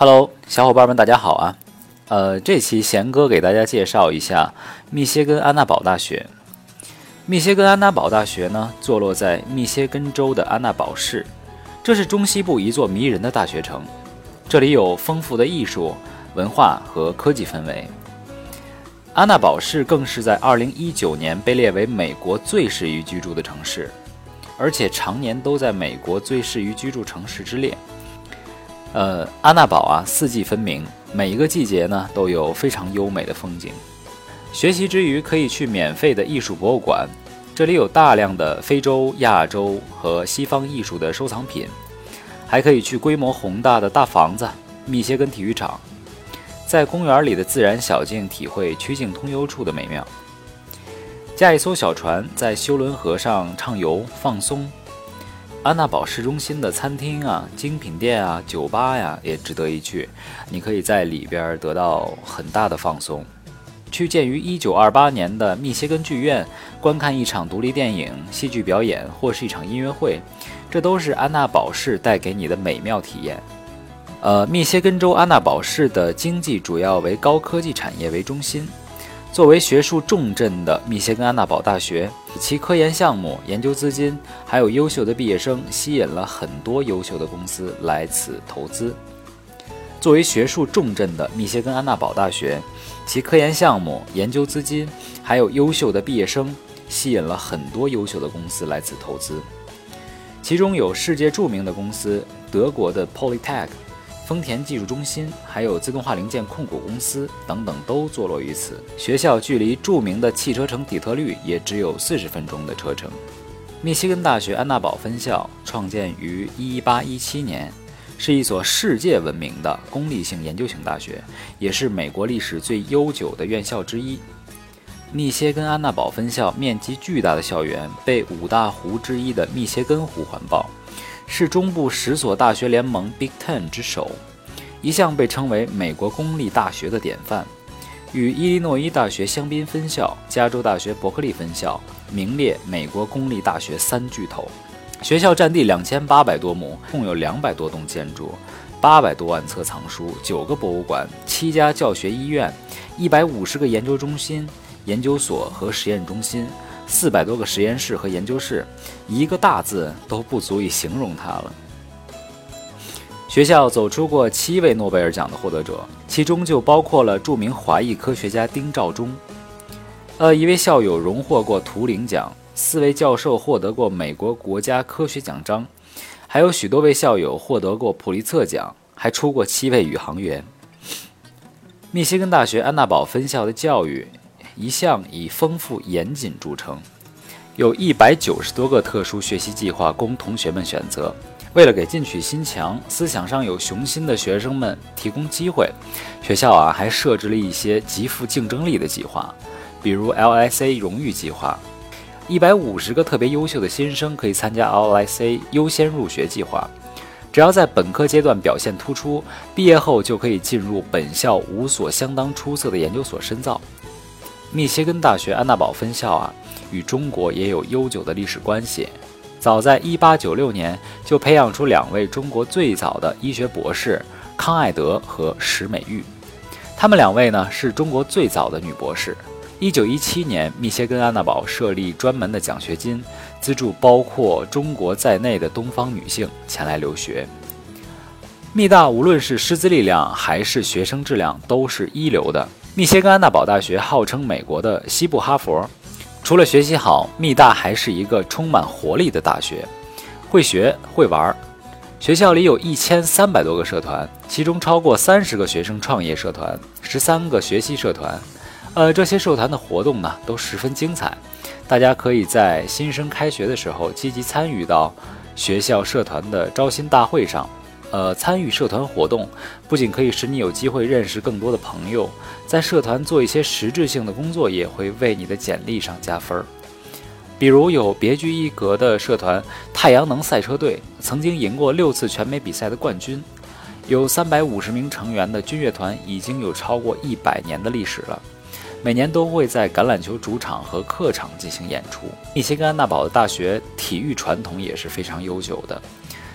Hello， 小伙伴们，大家好啊！这期贤哥给大家介绍一下密歇根安娜堡大学。密歇根安娜堡大学呢，坐落在密歇根州的安娜堡市，这是中西部一座迷人的大学城。这里有丰富的艺术、文化和科技氛围。安娜堡市更是在2019年被列为美国最适宜居住的城市，而且常年都在美国最适宜居住城市之列。安娜堡啊，四季分明，每一个季节呢都有非常优美的风景。学习之余可以去免费的艺术博物馆，这里有大量的非洲、亚洲和西方艺术的收藏品，还可以去规模宏大的大房子密歇根体育场，在公园里的自然小径体会曲径通幽处的美妙。驾一艘小船在休伦河上畅游放松。安娜堡市中心的餐厅啊、精品店啊、酒吧呀，也值得一去。你可以在里边得到很大的放松。去建于1928年的密歇根剧院观看一场独立电影、戏剧表演或是一场音乐会，这都是安娜堡市带给你的美妙体验。密歇根州安娜堡市的经济主要为高科技产业为中心。作为学术重镇的密歇根安娜堡大学，其科研项目、研究资金还有优秀的毕业生，吸引了很多优秀的公司来此投资。作为学术重镇的密歇根安娜堡大学，其科研项目、研究资金还有优秀的毕业生，吸引了很多优秀的公司来此投资。其中有世界著名的公司，德国的 Polytech、丰田技术中心，还有自动化零件控股公司等等都坐落于此。学校距离著名的汽车城底特律也只有40分钟的车程。密歇根大学安娜堡分校创建于1817年，是一所世界闻名的公立性研究型大学，也是美国历史最悠久的院校之一。密歇根安娜堡分校面积巨大的校园被5大湖之一的密歇根湖环抱，是中部10所大学联盟 Big Ten 之首，一向被称为美国公立大学的典范，与伊利诺伊大学香槟分校、加州大学伯克利分校名列美国公立大学3巨头。学校占地2800多亩，共有200多栋建筑，800多万册藏书，9个博物馆，7家教学医院，150个研究中心、研究所和实验中心，400多个实验室和研究室，一个大字都不足以形容它了。学校走出过7位诺贝尔奖的获得者，其中就包括了著名华裔科学家丁肇中。一位校友荣获过图灵奖，4位教授获得过美国国家科学奖章，还有许多位校友获得过普利策奖，还出过7位宇航员。密歇根大学安娜堡分校的教育一向以丰富严谨著称，有190多个特殊学习计划供同学们选择。为了给进取心强、思想上有雄心的学生们提供机会，学校还设置了一些极富竞争力的计划，比如 LSA 荣誉计划。150个特别优秀的新生可以参加 LSA 优先入学计划，只要在本科阶段表现突出，毕业后就可以进入本校5所相当出色的研究所深造。密歇根大学安娜堡分校与中国也有悠久的历史关系。早在1896年就培养出2位中国最早的医学博士，康爱德和石美玉。他们2位呢是中国最早的女博士。1917年，密歇根安娜堡设立专门的奖学金，资助包括中国在内的东方女性前来留学。密大无论是师资力量还是学生质量都是一流的。密歇根安娜堡大学号称美国的西部哈佛，除了学习好，密大还是一个充满活力的大学，会学会玩。学校里有1300多个社团，其中超过30个学生创业社团，13个学习社团。这些社团的活动呢都十分精彩，大家可以在新生开学的时候积极参与到学校社团的招新大会上。参与社团活动不仅可以使你有机会认识更多的朋友，在社团做一些实质性的工作也会为你的简历上加分。比如有别具一格的社团太阳能赛车队，曾经赢过6次全美比赛的冠军。有350名成员的军乐团已经有超过100年的历史了，每年都会在橄榄球主场和客场进行演出。密歇根安娜堡的大学体育传统也是非常悠久的，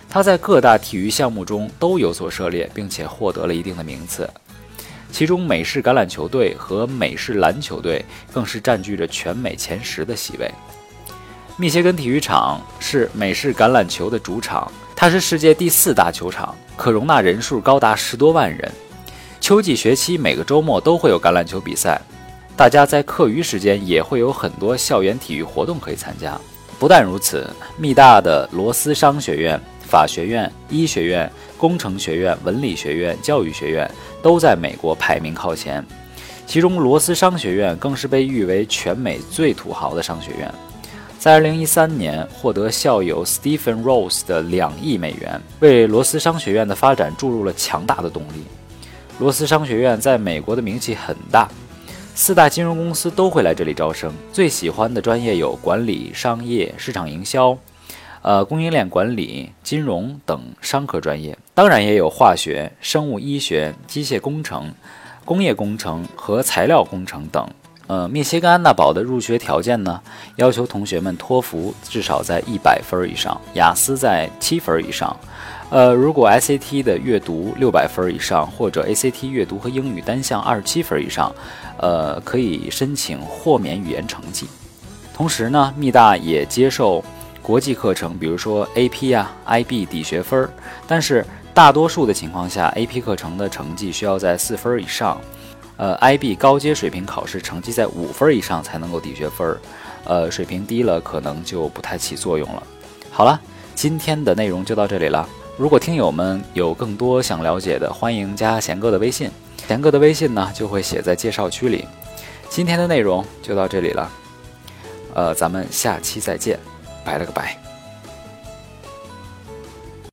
他在各大体育项目中都有所涉猎，并且获得了一定的名次。其中美式橄榄球队和美式篮球队更是占据着全美前10的席位。密歇根体育场是美式橄榄球的主场，它是世界第4大球场，可容纳人数高达10多万人。秋季学期每个周末都会有橄榄球比赛，大家在课余时间也会有很多校园体育活动可以参加。不但如此，密大的罗斯商学院、法学院、医学院、工程学院、文理学院、教育学院都在美国排名靠前，其中罗斯商学院更是被誉为全美最土豪的商学院。在2013年获得校友 Stephen Rose 的2亿美元，为罗斯商学院的发展注入了强大的动力。罗斯商学院在美国的名气很大，4大金融公司都会来这里招生。最喜欢的专业有管理、商业、市场营销、供应链管理、金融等商科专业，当然也有化学、生物医学、机械工程、工业工程和材料工程等。密歇根安娜堡的入学条件呢，要求同学们托福至少在100分以上，雅思在7分以上。如果 SAT 的阅读600分以上，或者 ACT 阅读和英语单项27分以上，可以申请豁免语言成绩。同时呢，密大也接受国际课程，比如说 AP 啊、IB 抵学分，但是大多数的情况下 ，AP 课程的成绩需要在4分以上。IB 高阶水平考试成绩在5分以上才能够抵学分，水平低了可能就不太起作用了。好了，今天的内容就到这里了。如果听友们有更多想了解的，欢迎加贤哥的微信，贤哥的微信呢就会写在介绍区里。今天的内容就到这里了，咱们下期再见，拜了个拜。